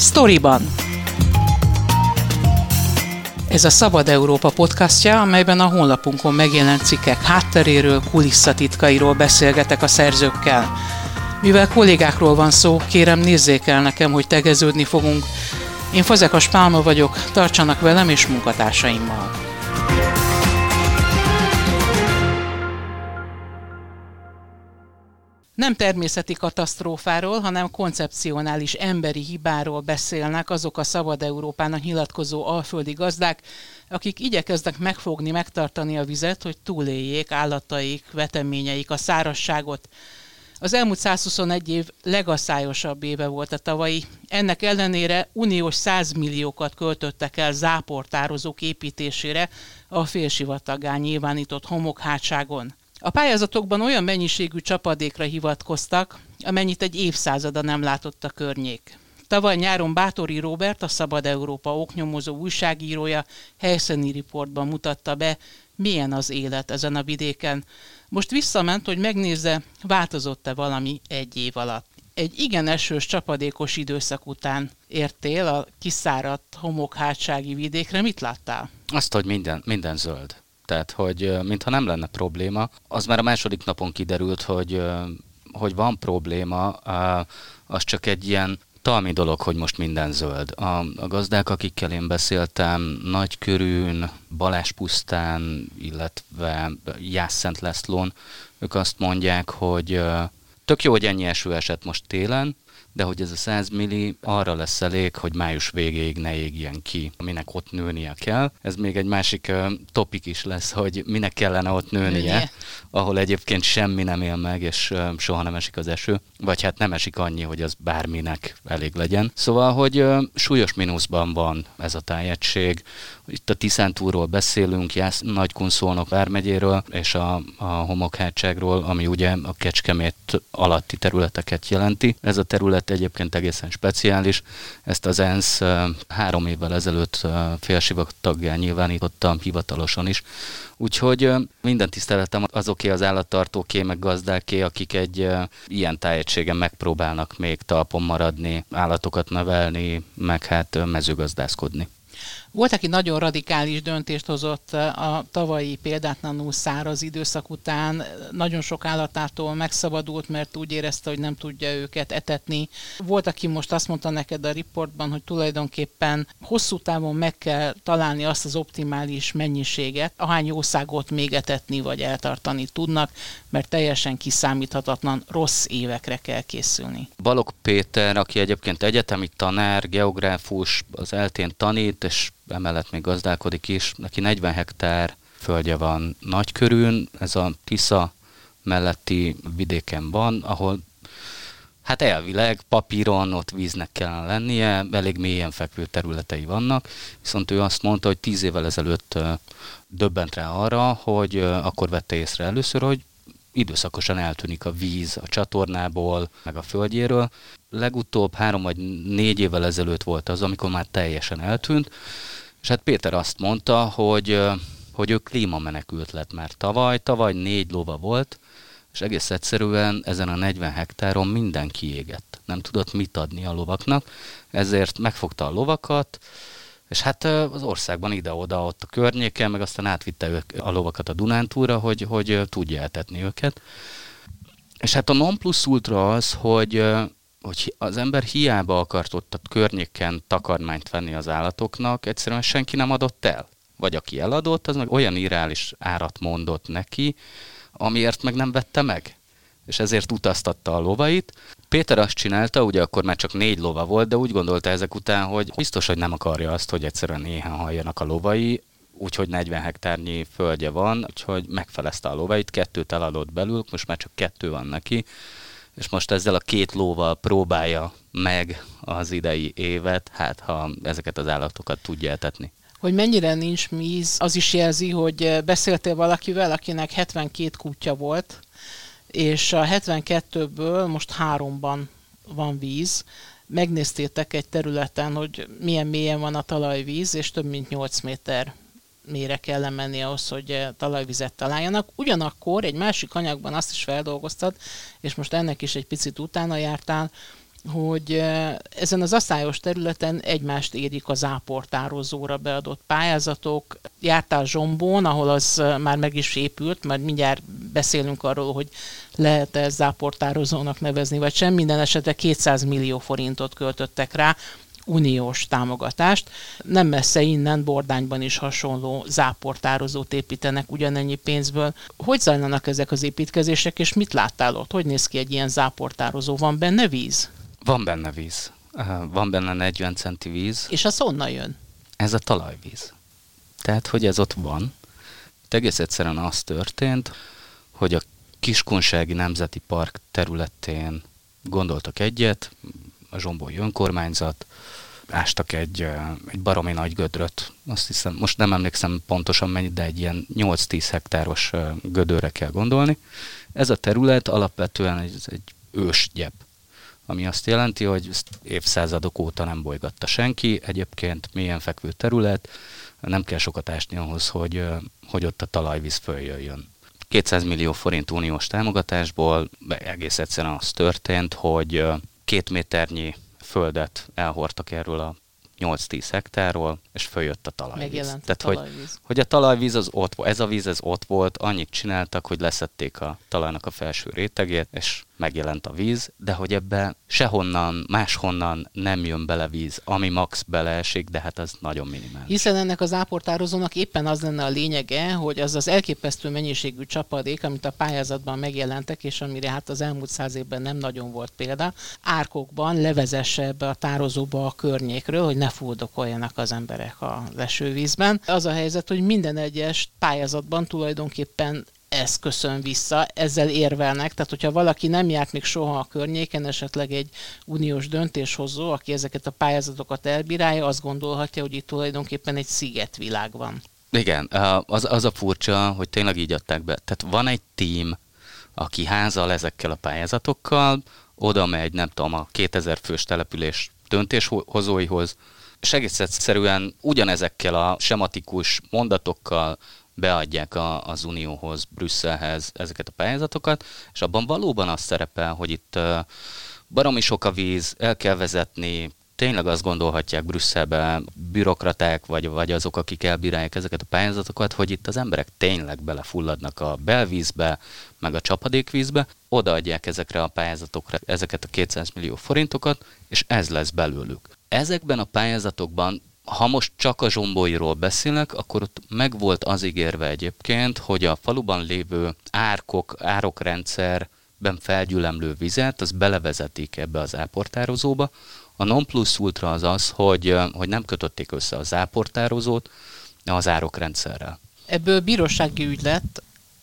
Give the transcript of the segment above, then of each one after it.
Sztoriban. Ez a Szabad Európa podcastja, amelyben a honlapunkon megjelent cikkek hátteréről, kulisszatitkairól beszélgetek a szerzőkkel. Mivel kollégákról van szó, kérem nézzék el nekem, hogy tegeződni fogunk. Én Fazekas Pálma vagyok, tartsanak velem és munkatársaimmal. Nem természeti katasztrófáról, hanem koncepcionális emberi hibáról beszélnek azok a Szabad Európának nyilatkozó alföldi gazdák, akik igyekeznek megfogni, megtartani a vizet, hogy túléljék állataik, veteményeik a szárazságot. Az elmúlt 121 év legaszályosabb éve volt a tavalyi. Ennek ellenére uniós 100 milliókat költöttek el záportározók építésére a félsivataggá nyilvánított homokhátságon. A pályázatokban olyan mennyiségű csapadékra hivatkoztak, amennyit egy évszázada nem látott a környék. Tavaly nyáron Báthori Róbert, a Szabad Európa oknyomozó újságírója helyszíni riportban mutatta be, milyen az élet ezen a vidéken. Most visszament, hogy megnézze, változott-e valami egy év alatt. Egy igen esős, csapadékos időszak után értél a kiszáradt homokhátsági vidékre. Mit láttál? Azt, hogy minden zöld. Tehát, hogy mintha nem lenne probléma. Az már a második napon kiderült, hogy van probléma, az csak egy ilyen talmi dolog, hogy most minden zöld. A gazdák, akikkel én beszéltem, Nagykörűn, Balázspusztán, illetve Jász-Szent Lászlón, ők azt mondják, hogy tök jó, hogy ennyi eső esett most télen, de hogy ez a 100 milli arra lesz elég, hogy május végéig ne égjen ki, aminek ott nőnie kell. Ez még egy másik topik is lesz, hogy minek kellene ott nőnie, ahol egyébként semmi nem él meg, és soha nem esik az eső, vagy hát nem esik annyi, hogy az bárminek elég legyen. Szóval, hogy súlyos mínuszban van ez a tájegység. Itt a Tiszántúról beszélünk, Nagykun-Szolnok vármegyéről, és a homokhátságról, ami ugye a Kecskemét alatti területeket jelenti. Ez a terület egyébként egészen speciális. Ezt az ENSZ 3 évvel ezelőtt félsivataggá nyilvánította hivatalosan is. Úgyhogy minden tiszteletem azoké az állattartóké, meg gazdáké, akik egy ilyen tájegységen megpróbálnak még talpon maradni, állatokat nevelni, meg hát mezőgazdászkodni. Volt, aki nagyon radikális döntést hozott a tavalyi példátlanul száraz időszak után. Nagyon sok állatától megszabadult, mert úgy érezte, hogy nem tudja őket etetni. Volt, aki most azt mondta neked a riportban, hogy tulajdonképpen hosszú távon meg kell találni azt az optimális mennyiséget, ahány jószágot még etetni vagy eltartani tudnak, mert teljesen kiszámíthatatlan rossz évekre kell készülni. Balogh Péter, aki egyébként egyetemi tanár, geográfus, az eltén tanít, és emellett még gazdálkodik is. Neki 40 hektár földje van Nagykörűn, ez a Tisza melletti vidéken van, ahol hát elvileg papíron ott víznek kellene lennie, elég mélyen fekvő területei vannak, viszont ő azt mondta, hogy 10 évvel ezelőtt döbbent rá arra, hogy akkor vette észre először, hogy időszakosan eltűnik a víz a csatornából, meg a földjéről. Legutóbb 3 vagy 4 évvel ezelőtt volt az, amikor már teljesen eltűnt, és hát Péter azt mondta, hogy ő klímamenekült lett már tavaly 4 lova volt, és egész egyszerűen ezen a 40 hektáron minden kiégett. Nem tudott mit adni a lovaknak, ezért megfogta a lovakat, és hát az országban ide-oda ott a környéken, meg aztán átvitte a lovakat a Dunántúlra, hogy tudja etetni őket. És hát a non plus ultra az, hogy az ember hiába akart ott a környéken takarmányt venni az állatoknak, egyszerűen senki nem adott el. Vagy aki eladott, az meg olyan irreális árat mondott neki, amiért meg nem vette meg. És ezért utaztatta a lovait. Péter azt csinálta, ugye akkor már csak 4 lova volt, de úgy gondolta ezek után, hogy biztos, hogy nem akarja azt, hogy egyszerűen éhen haljanak a lovai, úgyhogy 40 hektárnyi földje van, úgyhogy megfelezte a lovait, 2 eladott belül, most már csak 2 van neki, és most ezzel a 2 lóval próbálja meg az idei évet, hát ha ezeket az állatokat tudja etetni. Hogy mennyire nincs víz, az is jelzi, hogy beszéltél valakivel, akinek 72 kutya volt, és a 72-ből most 3-ban van víz. Megnéztétek egy területen, hogy milyen mélyen van a talajvíz, és több mint 8 méter mélyre kell lemenni ahhoz, hogy talajvizet találjanak. Ugyanakkor egy másik anyagban azt is feldolgoztad, és most ennek is egy picit utána jártál, hogy ezen az aszályos területen egymást érik a záportározóra beadott pályázatok. Jártál Zsombón, ahol az már meg is épült, majd mindjárt beszélünk arról, hogy lehet-e záportározónak nevezni, vagy sem. Minden esetre 200 millió forintot költöttek rá, uniós támogatást. Nem messze innen Bordányban is hasonló záportározót építenek ugyanennyi pénzből. Hogy zajlanak ezek az építkezések, és mit láttál ott? Hogy néz ki egy ilyen záportározó? Van benne víz? Van benne víz. Van benne 40 centi víz. És az honnan jön? Ez a talajvíz. Tehát, hogy ez ott van. Itt egész egyszerűen az történt, hogy a Kiskunsági Nemzeti Park területén gondoltak egyet, a zsombói önkormányzat, ástak egy baromi nagy gödröt, azt hiszem, most nem emlékszem pontosan mennyit, de egy ilyen 8-10 hektáros gödörre kell gondolni. Ez a terület alapvetően egy ősgyep, ami azt jelenti, hogy évszázadok óta nem bolygatta senki, egyébként mélyen fekvő terület, nem kell sokat ásni ahhoz, hogy ott a talajvíz följöjjön. 200 millió forint uniós támogatásból egész egyszerűen az történt, hogy 2 méternyi földet elhordtak erről a 8-10 hektárról, és följött a talajvíz. Megjelent tehát, a talajvíz. Hogy a talajvíz az ott volt, ez a víz ez ott volt, annyit csináltak, hogy leszették a talajnak a felső rétegét, és megjelent a víz, de hogy ebbe sehonnan, máshonnan nem jön bele víz, ami max beleesik, de hát az nagyon minimális. Hiszen ennek az záportározónak éppen az lenne a lényege, hogy az az elképesztő mennyiségű csapadék, amit a pályázatban megjelentek, és amire hát az elmúlt 100 évben nem nagyon volt példa, árkokban levezesse ebbe a tározóba a környékről, hogy ne fuldokoljanak az emberek az esővízben. Az a helyzet, hogy minden egyes pályázatban tulajdonképpen ez köszön vissza, ezzel érvelnek, tehát hogyha valaki nem járt még soha a környéken, esetleg egy uniós döntéshozó, aki ezeket a pályázatokat elbírálja, azt gondolhatja, hogy itt tulajdonképpen egy szigetvilág van. Igen, az a furcsa, hogy tényleg így adták be. Tehát van egy tím, aki házal ezekkel a pályázatokkal, oda megy, nem tudom, a 2000 fős település döntéshozóihoz, és egész egyszerűen ugyanezekkel a sematikus mondatokkal beadják az Unióhoz, Brüsszelhez ezeket a pályázatokat, és abban valóban az szerepel, hogy itt baromi sok a víz, el kell vezetni, tényleg azt gondolhatják Brüsszelbe bürokraták, vagy azok, akik elbírálják ezeket a pályázatokat, hogy itt az emberek tényleg belefulladnak a belvízbe, meg a csapadékvízbe, odaadják ezekre a pályázatokra ezeket a 200 millió forintokat, és ez lesz belőlük. Ezekben a pályázatokban, ha most csak a zsombóiról beszélek, akkor ott meg volt az ígérve egyébként, hogy a faluban lévő árokrendszerben felgyülemlő vizet, az belevezetik ebbe az záportározóba. A non plus ultra az, hogy nem kötötték össze a záportározót az árokrendszerrel. Ebből bírósági ügy lett,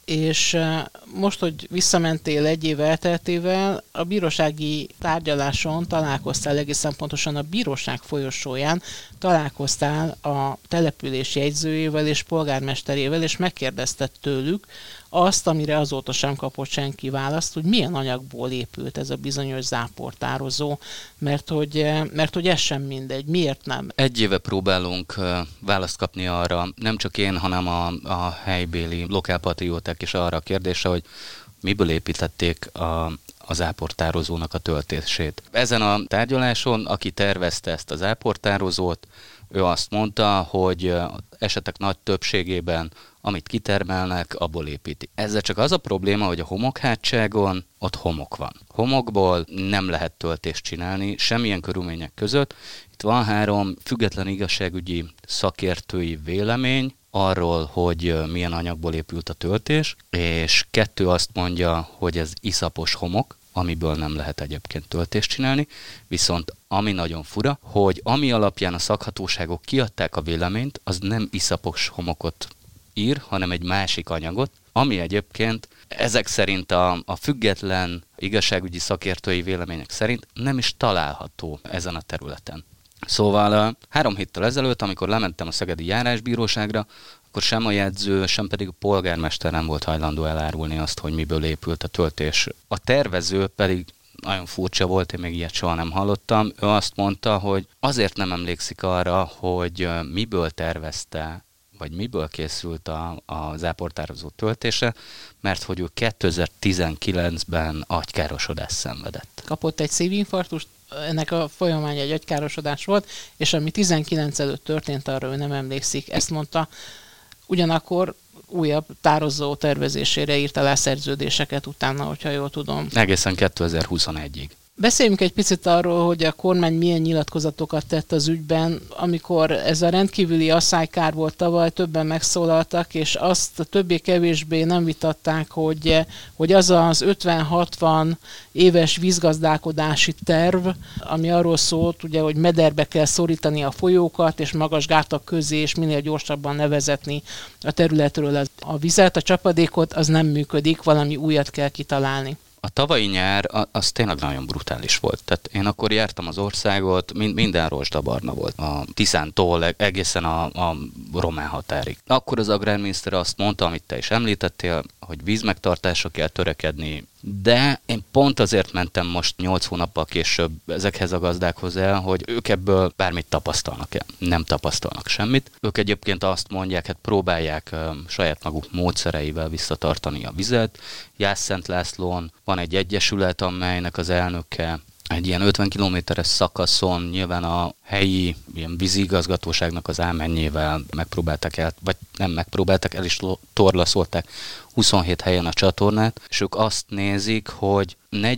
és most, hogy visszamentél egy év elteltével, a bírósági tárgyaláson találkoztál, egészen pontosan a bíróság folyosóján találkoztál a település jegyzőjével és polgármesterével, és megkérdezted tőlük azt, amire azóta sem kapott senki választ, hogy milyen anyagból épült ez a bizonyos záportározó, mert hogy ez sem mindegy. Miért nem? Egy éve próbálunk választ kapni arra, nem csak én, hanem a helybéli lokálpatrióták is arra a kérdésre, hogy miből építették a záportározónak a töltését. Ezen a tárgyaláson, aki tervezte ezt a záportározót, ő azt mondta, hogy esetek nagy többségében, amit kitermelnek, abból építi. Ezzel csak az a probléma, hogy a homokhátságon ott homok van. Homokból nem lehet töltést csinálni, semmilyen körülmények között. Itt van 3 független igazságügyi szakértői vélemény arról, hogy milyen anyagból épült a töltés, és 2 azt mondja, hogy ez iszapos homok, amiből nem lehet egyébként töltést csinálni, viszont ami nagyon fura, hogy ami alapján a szakhatóságok kiadták a véleményt, az nem iszapos homokot ír, hanem egy másik anyagot, ami egyébként ezek szerint a független igazságügyi szakértői vélemények szerint nem is található ezen a területen. Szóval 3 héttel ezelőtt, amikor lementem a szegedi járásbíróságra, akkor sem a jegyző, sem pedig a polgármester nem volt hajlandó elárulni azt, hogy miből épült a töltés. A tervező pedig nagyon furcsa volt, én még ilyet soha nem hallottam. Ő azt mondta, hogy azért nem emlékszik arra, hogy miből tervezte, vagy miből készült a záportározó töltése, mert hogy ő 2019-ben agykárosodást szenvedett. Kapott egy szívinfarktust? ennek a folyamánya egy agykárosodás volt, és ami 19 előtt történt, arra ő nem emlékszik. Ezt mondta. Ugyanakkor újabb tározó tervezésére írt alá szerződéseket utána, hogyha jól tudom. Egészen 2021-ig. Beszéljünk egy picit arról, hogy a kormány milyen nyilatkozatokat tett az ügyben, amikor ez a rendkívüli asszálykár volt tavaly, többen megszólaltak, és azt többé-kevésbé nem vitatták, hogy az az 50-60 éves vízgazdálkodási terv, ami arról szólt, ugye, hogy mederbe kell szorítani a folyókat, és magas gátak közé, és minél gyorsabban levezetni a területről a vizet, a csapadékot, az nem működik, valami újat kell kitalálni. A tavalyi nyár az tényleg nagyon brutális volt. Tehát én akkor jártam az országot, minden rozsdabarna volt. A Tiszántól egészen a román határig. Akkor az agrárminiszter azt mondta, amit te is említettél, hogy vízmegtartásra kell törekedni, de én pont azért mentem most 8 hónappal később ezekhez a gazdákhoz el, hogy ők ebből bármit tapasztalnak-e. Nem tapasztalnak semmit. Ők egyébként azt mondják, hát próbálják saját maguk módszereivel visszatartani a vizet. Jász-Szent Lászlón van egy egyesület, amelynek az elnöke egy ilyen 50 kilométeres szakaszon nyilván a helyi ilyen vízigazgatóságnak az ámennyével megpróbáltak el, vagy nem megpróbáltak, el is torlaszolták 27 helyen a csatornát, és ők azt nézik, hogy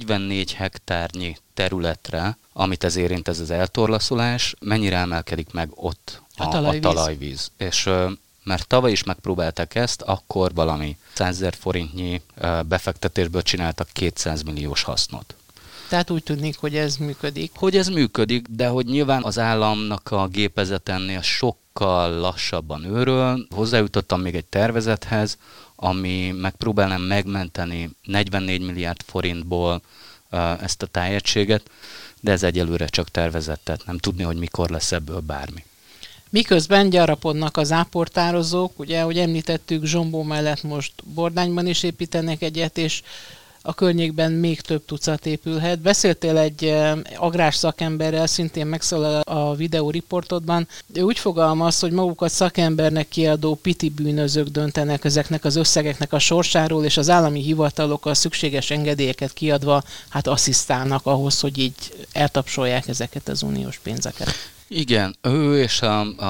44 hektárnyi területre, amit ez érint, ez az eltorlaszolás, mennyire emelkedik meg ott a talajvíz. És mert tavaly is megpróbálták ezt, akkor valami 100 000 forintnyi befektetésből csináltak 200 milliós hasznot. Tehát úgy tűnik, hogy ez működik. Hogy ez működik, de hogy nyilván az államnak a gépezetennél sokkal lassabban őröl. Hozzájutottam még egy tervezethez, ami megpróbálnám megmenteni 44 milliárd forintból ezt a tájegységet, de ez egyelőre csak tervezett, tehát nem tudni, hogy mikor lesz ebből bármi. Miközben gyarapodnak az áportározók, ugye, ahogy említettük, Zsombó mellett most Bordányban is építenek egyet, és a környékben még több tucat épülhet. Beszéltél egy agrárszakemberrel, szintén megszólal a videóriportodban. Ő úgy fogalmaz, hogy magukat szakembernek kiadó piti bűnözők döntenek ezeknek az összegeknek a sorsáról, és az állami hivatalok a szükséges engedélyeket kiadva asszisztálnak ahhoz, hogy így eltapsolják ezeket az uniós pénzeket. Igen, ő és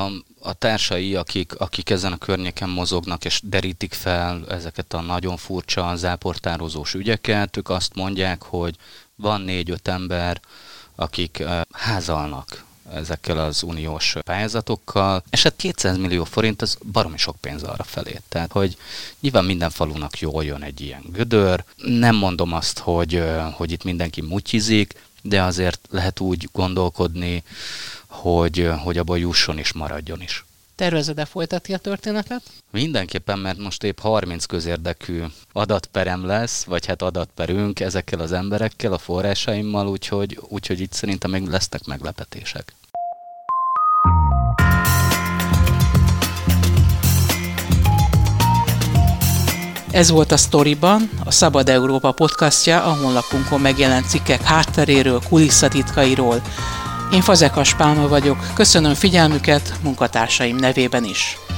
a társai, akik ezen a környéken mozognak és derítik fel ezeket a nagyon furcsa záportározós ügyeket, ők azt mondják, hogy van 4-5 ember, akik házalnak ezekkel az uniós pályázatokkal, és hát 200 millió forint az baromi sok pénz arra felé. Tehát, hogy nyilván minden falunak jól jön egy ilyen gödör. Nem mondom azt, hogy itt mindenki mutyizik, de azért lehet úgy gondolkodni, hogy abban jusson és maradjon is. Tervezed-e folytatni a történetet? Mindenképpen, mert most épp 30 közérdekű adatperem lesz, vagy adatperünk ezekkel az emberekkel, a forrásaimmal, úgyhogy itt szerintem még lesznek meglepetések. Ez volt a Sztoriban, a Szabad Európa podcastja, a honlapunkon megjelent cikkek hátteréről, kulisszatitkairól. Én Fazekas Pálma vagyok, köszönöm figyelmüket munkatársaim nevében is.